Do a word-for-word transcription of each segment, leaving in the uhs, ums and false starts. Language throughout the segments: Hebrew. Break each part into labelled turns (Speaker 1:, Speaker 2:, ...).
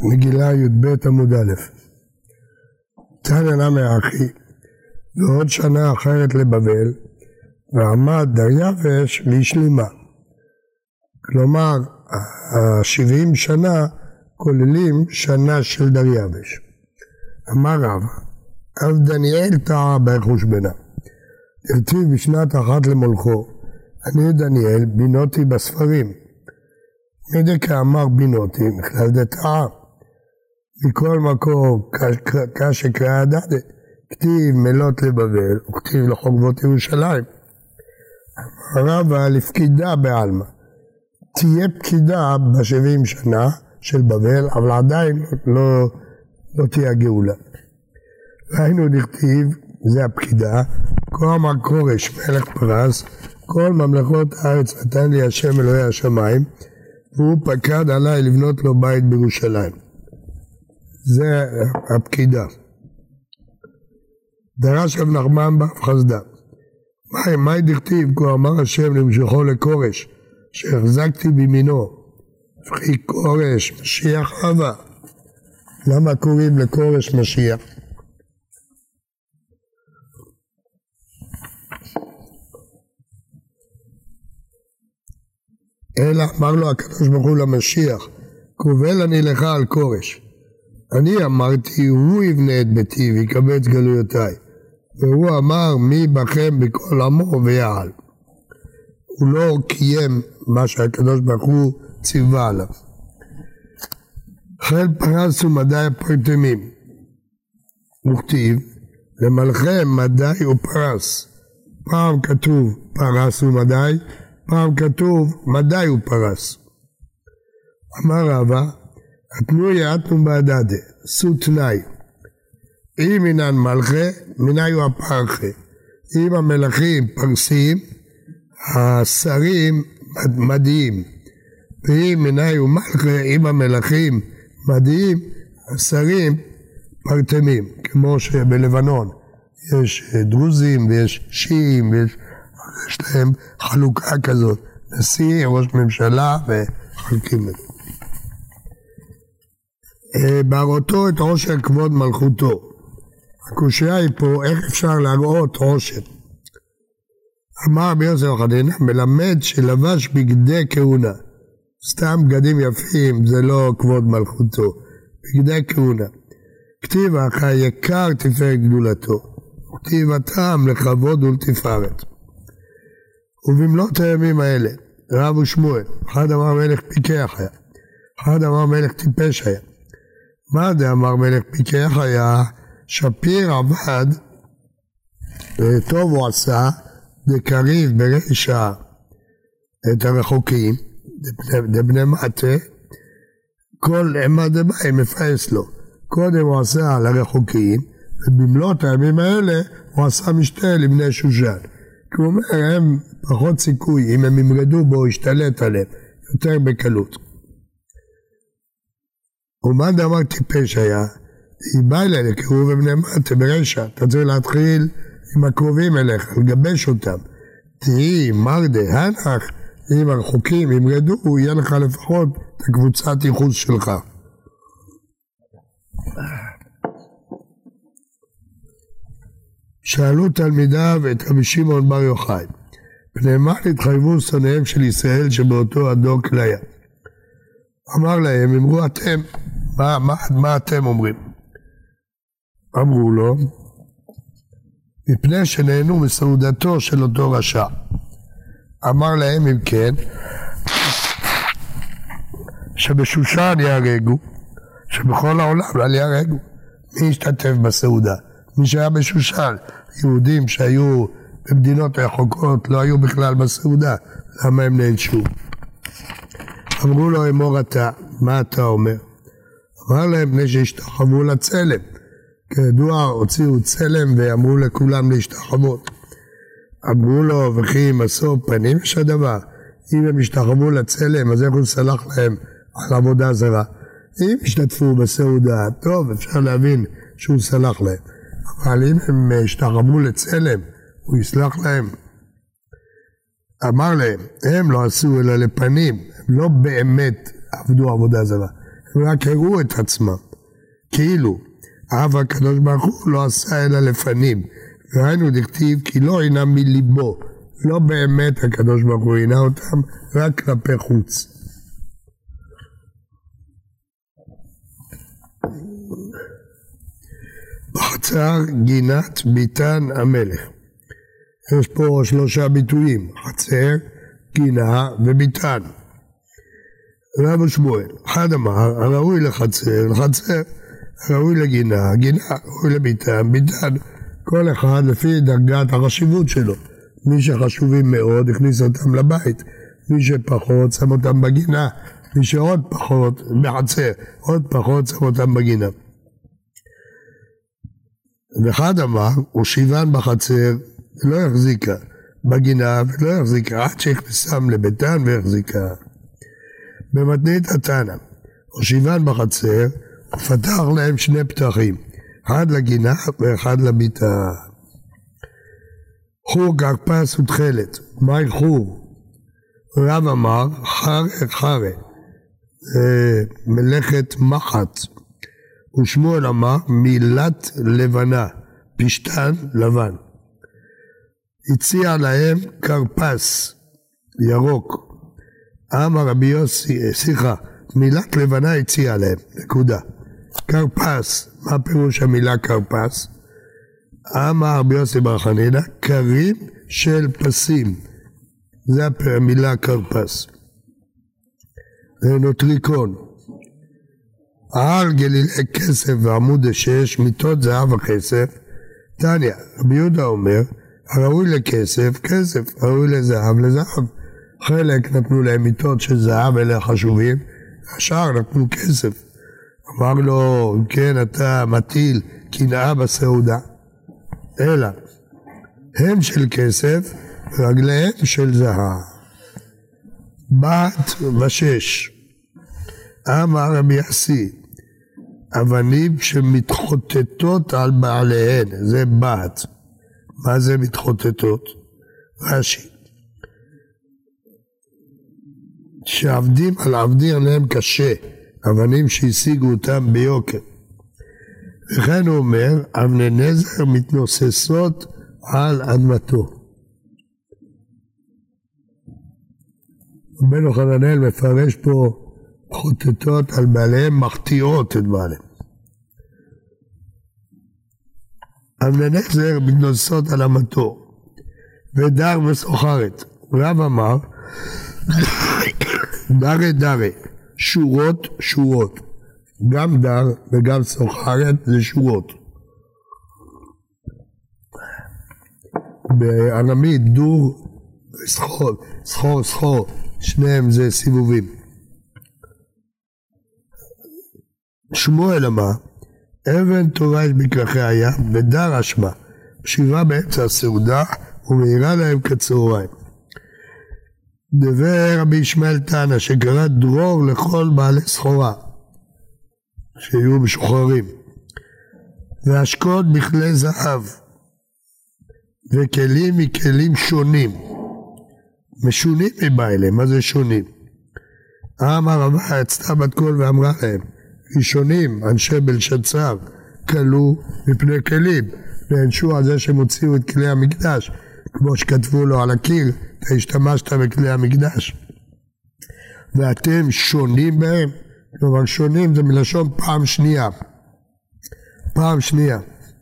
Speaker 1: מגילה י"ב עמוד א'. תניא נמי אחי, ועוד שנה אחרת לבבל, ועמד דריווש להשלימה. כלומר, ה-שבעים שנה כוללים שנה של דריווש. אמר רב, אב דניאל טעה בחושבנה. דכתיב בשנת אחת למולכו, אני דניאל בינותי בספרים. מדכא אמר בינותי, בכלל דטעה. מכל מקום כשקרא דדה, כתיב מלות לבבל, וכתיב לחוגבות ירושלים. רבה לפקידה בעלמא. תהיה פקידה בשבעים שנה של בבל, אבל עדיין לא, לא תהיה גאולה. ראינו דכתיב, זה הפקידה, כה אמר כורש מלך פרס, כל ממלכות הארץ נתן לי השם אלוהי השמיים, והוא פקד עליי לבנות לו בית בירושלים. זה הפקידה. דרש רב נחמן בר חסדא. מה, מה דכתיב? כה אמר השם למשכו לכורש, שהחזקתי בימינו. וכי כורש משיח אבא. למה קוראים לכורש משיח? אלא אמר לו הקדוש ברוך הוא למשיח, קובל אני לך על כורש. אני אמרתי, הוא יבנה את ביתי ויקבץ גלויותיי. והוא אמר, מי בכם בכל עמו ויעל. הוא לא קיים מה שהקדוש ברוך הוא ציווה עליו. חיל פרס ומדי הפרטמים. וכתיב, למלכם מדי ופרס. פעם כתוב פרס ומדי, פעם כתוב מדי ופרס. אמר רבא, התנו יעתנו בעדדה, עשו תנאי. אם אינן מלכי, מניו הפרחי. אם המלכים פרסים, השרים מדיים. ואם מניו מלכי, אם המלכים מדיים, השרים פרטמים. כמו שבלבנון יש דרוזים ויש שיעים ויש יש להם חלוקה כזאת. נשיא, ראש ממשלה וחלקים את זה. בהראותו את עושר כבוד מלכותו. הקושיה היא פה, איך אפשר להראות עושר? אמר רבי יוסף חנינא, מלמד שלבש בגדי כהונה. סתם בגדים יפים, זה לא כבוד מלכותו. בגדי כהונה. כתיב אחר יקר תפארת גדולתו. כתיב הטעם לכבוד ולתפארת. ובמלאת הימים האלה, רב ושמואל, אחד אמר מלך פיקח היה, אחד אמר מלך טיפש היה. מה זה אמר מלך פיקח היה? שפיר עבד, וטוב הוא עשה, דקריב ברשע את הרחוקים, דבני מטה, כל עמד דמי מפייס לו. קודם הוא עשה על הרחוקים, ובמלאת הימים האלה הוא עשה משתה לבני שושן. כי הוא אומר, הם פחות סיכוי, אם הם ימרדו בו, ישתלט עליהם, יותר בקלות. ומה דבר טיפש היה? היא באה אליהם, לקרוב ובני מטה ברשע, אתה צריך להתחיל עם הקרובים אליך, לגבש אותם. תהי מרדה, הנח, אם הרחוקים ימרדו, הוא יהיה לך לפחות את הקבוצת ייחוס שלך. שאלו תלמידיו את רבי שמעון בר יוחאי, פני מה התחייבו שונאיהם של ישראל שבאותו הדור כליה? אמר להם, אמרו אתם, מה, מה, מה אתם אומרים? אמרו לו, מפני שנהנו מסעודתו של אותו רשע. אמר להם אם כן, שבשושן יהרגו, שבכל העולם לא יהרגו. מי השתתף בסעודה? מי שהיה בשושן, יהודים שהיו במדינות רחוקות לא היו בכלל בסעודה, למה הם נענשו? אמרו לו, אמור אתה, מה אתה אומר? אמר להם, בני שהשתחוו לצלם. כידוע, הוציאו צלם ואמרו לכולם להשתחוות. אמרו לו, וכי מסור פנים יש הדבר. אם הם השתחוו לצלם, אז איך הוא סלח להם על עבודה זרה? אם השתתפו בסעודה, טוב, אפשר להבין שהוא סלח להם. אבל אם הם השתחוו לצלם, הוא יסלח להם. אמר להם, הם לא עשו אלא לפנים, הם לא באמת עבדו עבודה זרה, הם רק הראו את עצמם, כאילו, אב הקדוש ברוך הוא לא עשה אלא לפנים, וראינו דכתיב כי לא עינה מליבו, לא באמת הקדוש ברוך הוא עינה אותם, רק כלפי חוץ. בחצר גינת ביתן המלך. יש פה שלושה ביטויים, חצר, גינה וביתן. רב שמואל, אחד אמר, הראוי לחצר, לחצר, הראוי לגינה, גינה, הראוי לביתן, ביתן, כל אחד לפי דרגת החשיבות שלו. מי שחשובים מאוד הכניס אותם לבית, מי שפחות שם אותם בגינה, מי שעוד פחות בחצר, עוד פחות שם אותם בגינה. ואחד אמר, הוא שיוון בחצר, לא יחזיקה בגינה ולא יחזיקה, עד שהכניסם לביתן ויחזיקה. במתנית התנא, הוא שיוון בחצר, הוא פתח להם שני פתחים, אחד לגינה ואחד לביתן. חור כרפס ותכלת, מהי חור? רב אמר, חרה חרה, זה מלאכת מחט. ושמואל אמר, מילת לבנה, פשטן לבן. הציע להם כרפס, ירוק. אמר רבי יוסי, סליחה, מילת לבנה הציע להם, נקודה. כרפס, מה פירוש המילה כרפס? אמר רבי יוסי בר חנינא, קרים של פסים, זה המילה כרפס. זה נוטריקון. על גלילי כסף ועמוד השש, מיטות זהב וכסף. תניא, רבי יהודה אומר, הראוי לכסף, כסף, הראוי לזהב, לזהב. חלק נתנו להם מיטות של זהב, אלה חשובים, השאר נתנו כסף. אמר לו, כן, אתה מטיל קנאה בסעודה. אלא, הם של כסף, רגליהם של זהב. בת ושש. אמר רבי יוסי, אבנים שמתחוטטות על בעליהן, זה בת. מה זה מתחוטטות? רש"י. שעבדים על עבדים עליהם קשה, אבנים שהשיגו אותם ביוקר. וכן הוא אומר, אבני נזר מתנוססות על אדמתו. רבנו יוחנן מפרש פה חוטטות על בעליהם, מחטיאות את בעליהם. אבני נזר מתנוססות על אדמתו, ודר וסוחרת. רב אמר, דרי דרי, שורות שורות. גם דר וגם סוחרת זה שורות. בארמית דור וסחור, סחור סחור, שניהם זה סיבובים. שמואל אמר, אבן טובה יש בכרכי הים ודר אשמה, שיבה באמצע הסעודה ומאירה להם כצהריים. דבר רבי ישמעאל תנא שקרא דרור לכל בעלי סחורה שיהיו משוחררים, והשקות בכלי זהב וכלים מכלים שונים, משונים מבעליהם. מה זה שונים? אמר רבה יצתה בת קול ואמרה להם, ראשונים אנשי בלשצר כלו מפני כלים, נענשו על זה שהם הוציאו את כלי המקדש, כמו שכתבו לו על הקיר, אתה השתמשת בכלי המקדש ואתם שונים בהם. כלומר שונים זה מלשון פעם שנייה, פעם שנייה.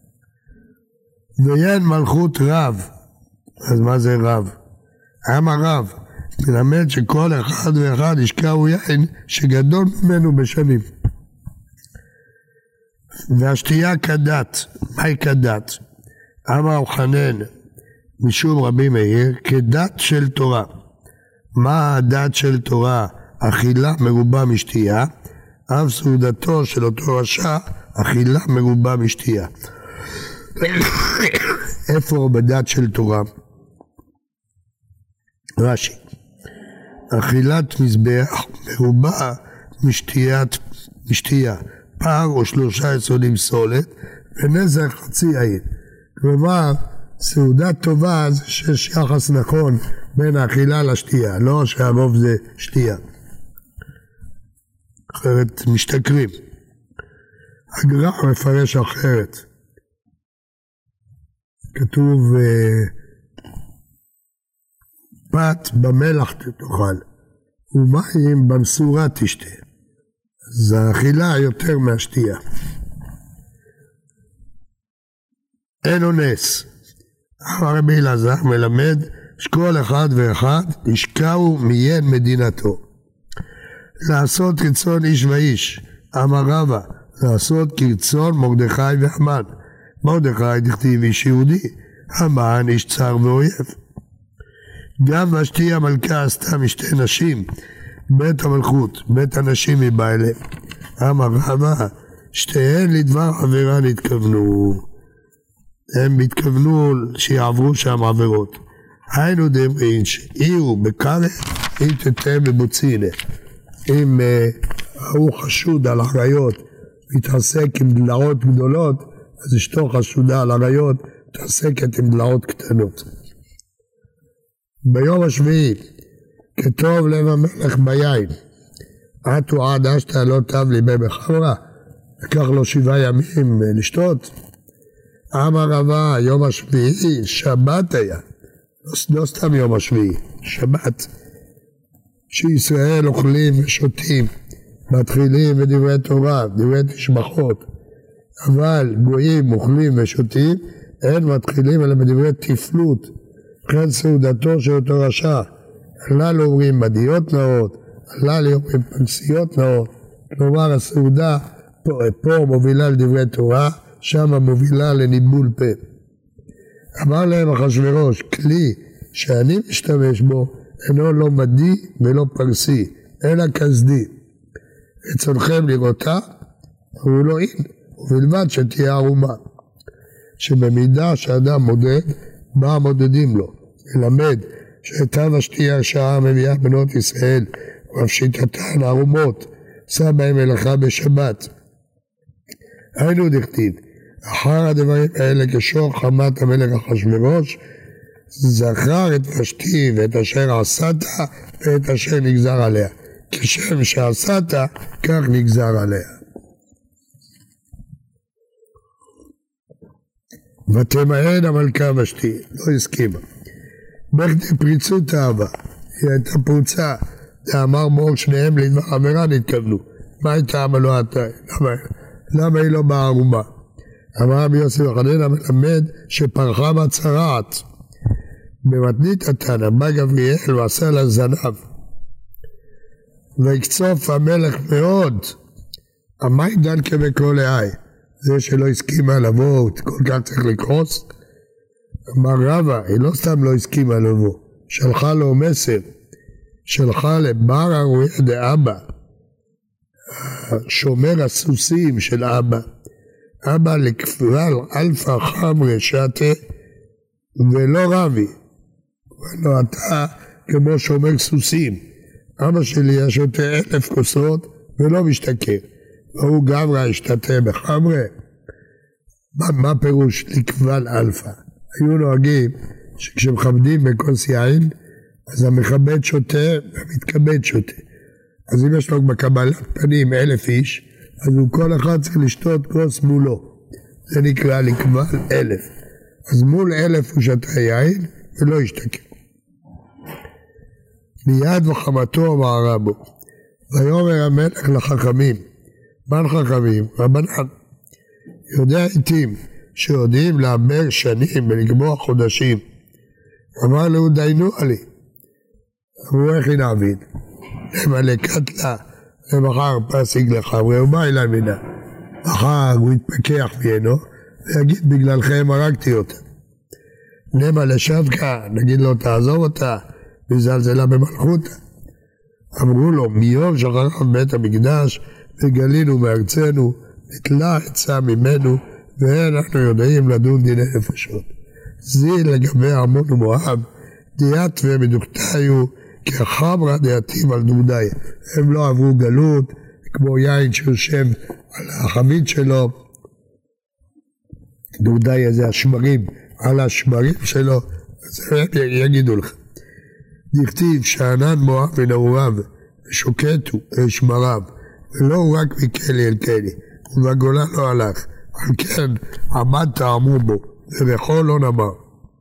Speaker 1: ואין מלכות רב. אז מה זה רב? אמר רב, מלמד שכל אחד ואחד ישקעו יין שגדול ממנו בשנים. והשתייה כדת. מהי כדת? אמר יוחנן משום רבי מאיר, כדת של תורה. מה הדת של תורה? אכילה מרובה משתייה, אף סעודתו של אותו רשע, אכילה מרובה משתייה. איפה בדת של תורה? רש"י, אכילת מזבח מרובה משתיית, משתייה, פער או שלושה יסודים סולת, ונזר חצי יין. כלומר, סעודה טובה זה שיש יחס נכון בין האכילה לשתייה, לא שהרוב זה שתייה. אחרת משתכרים. הגר"א מפרש אחרת. כתוב פת במלח תאכל ומים במשורה תשתה. אז האכילה יותר מהשתייה. אין אונס. אמר רבי אלעזר מלמד שכל אחד ואחד ישקעו מיין מדינתו. לעשות רצון איש ואיש. אמר רבא לעשות כרצון מרדכי והמן. מרדכי דכתיב איש יהודי, המן איש צר ואויב. גם ושתי המלכה עשתה משתי נשים בית המלכות, בית הנשים מבא אליהם. אמר רבא שתיהן לדבר עבירה נתכוונו. הם התכוונו שיעברו שם עבירות. היינו דאמרין שעירו בקרא היא תתה בבוצינה. אם הוא חשוד על עריות מתעסק עם דלעות גדולות, אז אשתו חשודה על עריות מתעסקת עם דלעות קטנות. ביום השביעי כתוב לב המלך ביין, עטו עד אשתא לא תב ליבי בחברה, לקח לו שבעה ימים לשתות. אמר רבא יום השביעי שבת היה, לא, לא סתם יום השביעי, שבת, שישראל אוכלים ושותים, מתחילים בדברי תורה, דברי תשבחות, אבל גויים אוכלים ושותים, אין מתחילים אלא בדברי תפלות, כן סעודתו של אותו רשע. הללו אומרים מדיות נאות, הללו אומרים פנסיות נאות, כלומר הסעודה פה, פה מובילה לדברי תורה, שם מובילה לניבול פה. אמר להם אחשוורוש, כלי שאני משתמש בו אינו לא מדי ולא פרסי, אלא כסדי. רצונכם לראותה, הוא לא אין, ובלבד שתהיה ערומה. שבמידה שאדם מודד, מה מודדים לו? ללמד שהייתה ושתי הרשעה מביאה בנות ישראל, ובשיטתן ערומות, שם בהם מלאכה בשבת. היינו דכתיב, אחר הדברים האלה כשור חמת המלך אחשוורוש, זכר את ושתי ואת אשר עשת ואת אשר נגזר עליה. כשם שעשת, כך נגזר עליה. ותמהן המלכה ושתי, לא הסכימה. בכדי פריצות אהבה, היא הייתה פרוצה, אמר מור שניהם לדבר עבירה נתכוונו. מה הייתה אמה לא עתה? למה, למה היא לא בערומה? אמר רבי יוסי וחנינא מלמד שפרחה בצרעת. במתנית התנא בא גבריאל ועשה לה זנב. ויקצוף המלך מאוד, המי דנקה בכל העי, זה שלא הסכימה לבוא, כל כך צריך לקרוס. אמר רבא, היא לא סתם לא הסכימה לבוא, שלחה לו מסר, שלחה לבר ארועי דאבא, שומר הסוסים של אבא, אבא לכפרל אלפא חמרה שתה ולא רבי, ולא אתה כמו שומר סוסים, אבא שלי שותה אלף כוסות ולא משתכר, והוא גברא השתתה בחמרה. מה, מה פירוש לכבל אלפא? היו נוהגים שכשמכבדים בכוס יין, אז המכבד שותה והמתכבד שותה. אז אם יש לו בקבלת פנים אלף איש, אז הוא כל אחד צריך לשתות כוס מולו. זה נקרא לכבל אלף. אז מול אלף הוא שתה יין ולא ישתכר. מיד וחמתו אמר רבו, ויאמר המלך לחכמים, בן חכמים, רבנן, יודע עתים שיודעים לעבר שנים ולקבוע חודשים. אמר לו דיינו עלי, אמרו איך היא נעביד? למלא קטלה, למחר פסיק לחברי ובא אלי מינה. מחר הוא יתפקח ממנו ויגיד בגללכם הרגתי אותה. למלא שבקה, נגיד לו תעזוב אותה, וזלזלה במלכותה. אמרו לו מיום שחרב בית המקדש וגלינו מארצנו, נטלה עצה ממנו ואין אנחנו יודעים לדון דיני נפשות. זה לגבי עמון ומואב, דיית ומדוכתיו כחמרה דעתיב על דודאי. הם לא עברו גלות, כמו יין שיושב על החבית שלו, דודאי זה השמרים, על השמרים שלו, אז הם יגידו לך. דכתיב שענן מואב ונעוריו ושוקטו שמריו ולא רק מכלי אל כלי, ובגולה לא הלך, על כן עמד טעמו בו, ובכל לא נאמר.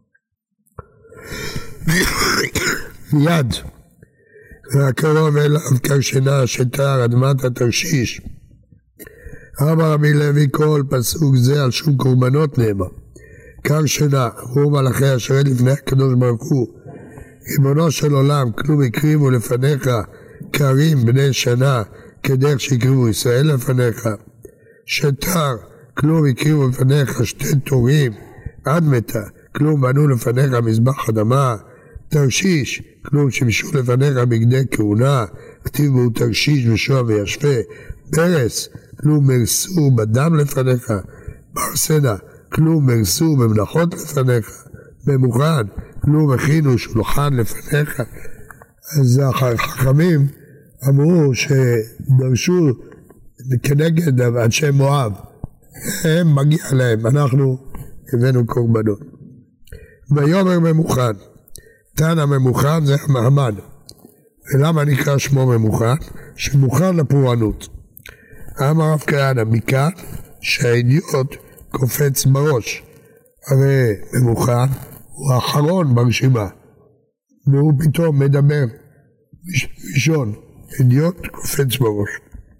Speaker 1: מיד, והקרוב אליו כרשנה שתר אדמת התרשיש. אמר רבי לוי כל פסוק זה על שום קורבנות נאמר. כרשנה, אמרו מלאכי אשר לפני הקדוש ברוך הוא, ריבונו של עולם, כלום הקריבו לפניך קרים בני שנה, כדרך שהקריבו ישראל לפניך. שתר, כלום הקריבו לפניך שתי תורים, עד מתה, כלום בנו לפניך מזבח אדמה. תרשיש, כלום שמשו לפניך בגדי כהונה, כתיב בו תרשיש ושוע וישפה. פרס, כלום מרסו בדם לפניך. בר סנה, כלום מרסו במנחות לפניך. במוכן, כלום הכינו שולחן לפניך. אז החכמים אמרו שדרשו כנגד אנשי מואב, הם מגיע להם, אנחנו הבאנו קורבנות. ויאמר ממוכן, תנא ממוכן זה המעמד. ולמה נקרא שמו ממוכן? שמוכן לפורענות. אמר רב כהנא, מכאן שהאידיוט קופץ בראש. הרי ממוכן הוא האחרון ברשימה, והוא פתאום מדבר ראשון, אידיוט קופץ בראש.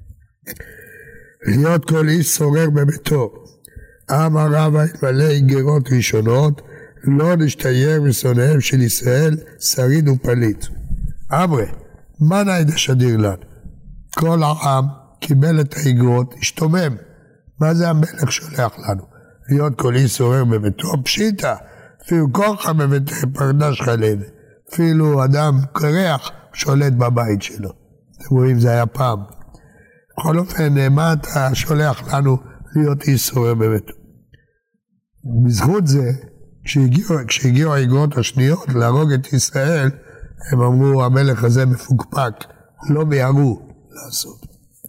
Speaker 1: להיות כל איש סורר בביתו. אמר רבא אלמלא איגרות ראשונות, לא נשתייר משונאיהם של ישראל, שריד ופליט. אמרי, מה נעיד השדיר לנו? כל העם קיבל את האיגרות, השתומם. מה זה המלך שולח לנו? להיות כל איש סורר בביתו, פשיטה. אפילו כורחה בביתי פרדש חלב. אפילו אדם קרח שולט בבית שלו. אתם רואים, זה היה פעם. בכל אופן, מה אתה שולח לנו להיות איש סורר בביתו? בזכות זה, כשהגיעו, כשהגיעו האיגרות השניות להרוג את ישראל, הם אמרו, המלך הזה מפוקפק, לא מיהרו לעשות.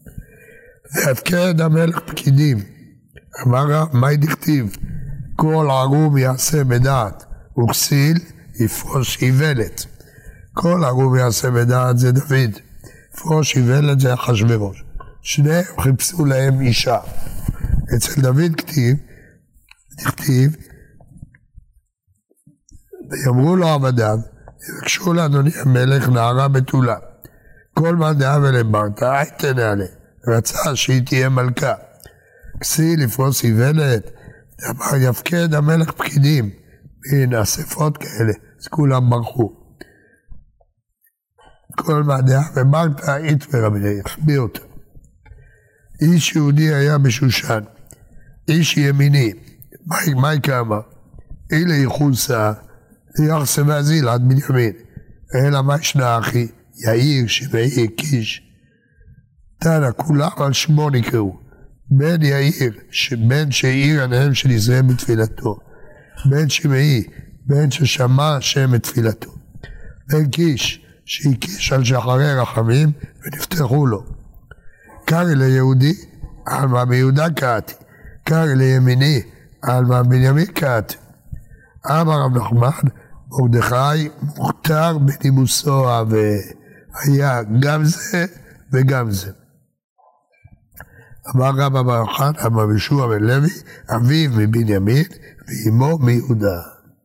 Speaker 1: והפקד המלך פקידים, אמר, מה דכתיב? כל ערום יעשה בדעת, וכסיל יפרוש איוולת. כל ערום יעשה בדעת זה דוד, יפרוש איוולת זה אחשוורוש. שניהם חיפשו להם אישה. אצל דוד כתיב, דכתיב, ויאמרו לו עבדיו, יבקשו לאדוני המלך נערה בתולה. כל מה דאב אליהם ברתה, הייתן עליה. רצה שהיא תהיה מלכה. כסיל לפרוס איוולת, אמר יפקד המלך פקידים. הנה אספות כאלה, אז כולם ברחו. כל מה דאב וברתה, יתבר רבי, יחביא אותה. איש יהודי היה בשושן, איש ימיני, מה יקמה? אילה יחוסה, יחסה והזיל עד בנימין, אלא מה ישנה אחי, יאיר, שמאי, קיש, תנא, כולם על שמו נקראו, בן יאיר, בן שהאיר עיניהם של ישראל בתפילתו, בן שמאי, בן ששמע השם את תפילתו, בן קיש, שהקיש על שחרי רחמים ונפתחו לו, קרא ליהודי, על מה ביהודה קראתי, קרא לימיני, על מה בנימין קראתי. אמר רב נחמן, מרדכי מוכתר בנימוסו, והיה גם זה וגם זה. אמר רבא בר חנא, אמר ישוע בן לוי, אביו מבנימין ואמו מיהודה.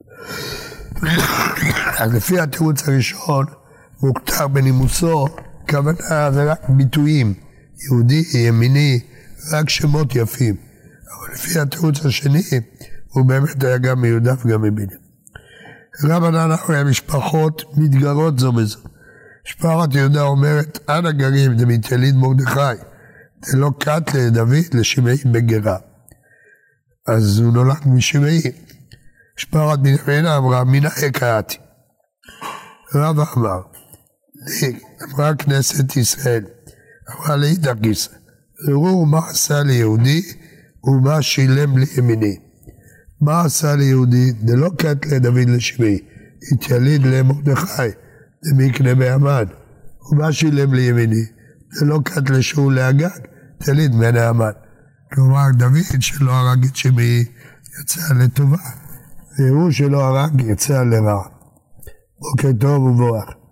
Speaker 1: אז לפי התירוץ הראשון, מוכתר בנימוסו, כוונה זה רק ביטויים. יהודי, ימיני, רק שמות יפים. אבל לפי התירוץ השני, הוא באמת היה גם מיהודה וגם מבנימין. רבנן אמר, משפחות מתגרות זו בזו. משפחת יהודה אומרת, אנא גרים דמיתליד מרדכי, זה לא קט לדוד לשמעי בגרה. אז הוא נולד משמעי. משפחת בנימין אמרה, מינה קראתי. רבא אמר, לי, אמרה כנסת ישראל, אמרה לאידך גיסא, ראו מה עשה ליהודי ומה שילם לימיני. מה עשה ליהודי? זה לא קט לדוד לשמעי, התייליד למרדכי, זה מקנה בהמן. ומה שילם לימיני? זה לא קט לשאול לאגג, תליד מן ההמן. כלומר, דוד שלא הרג את שמעי יצא לטובה, והוא שלא הרג יצא לרע. בוקר טוב וברך.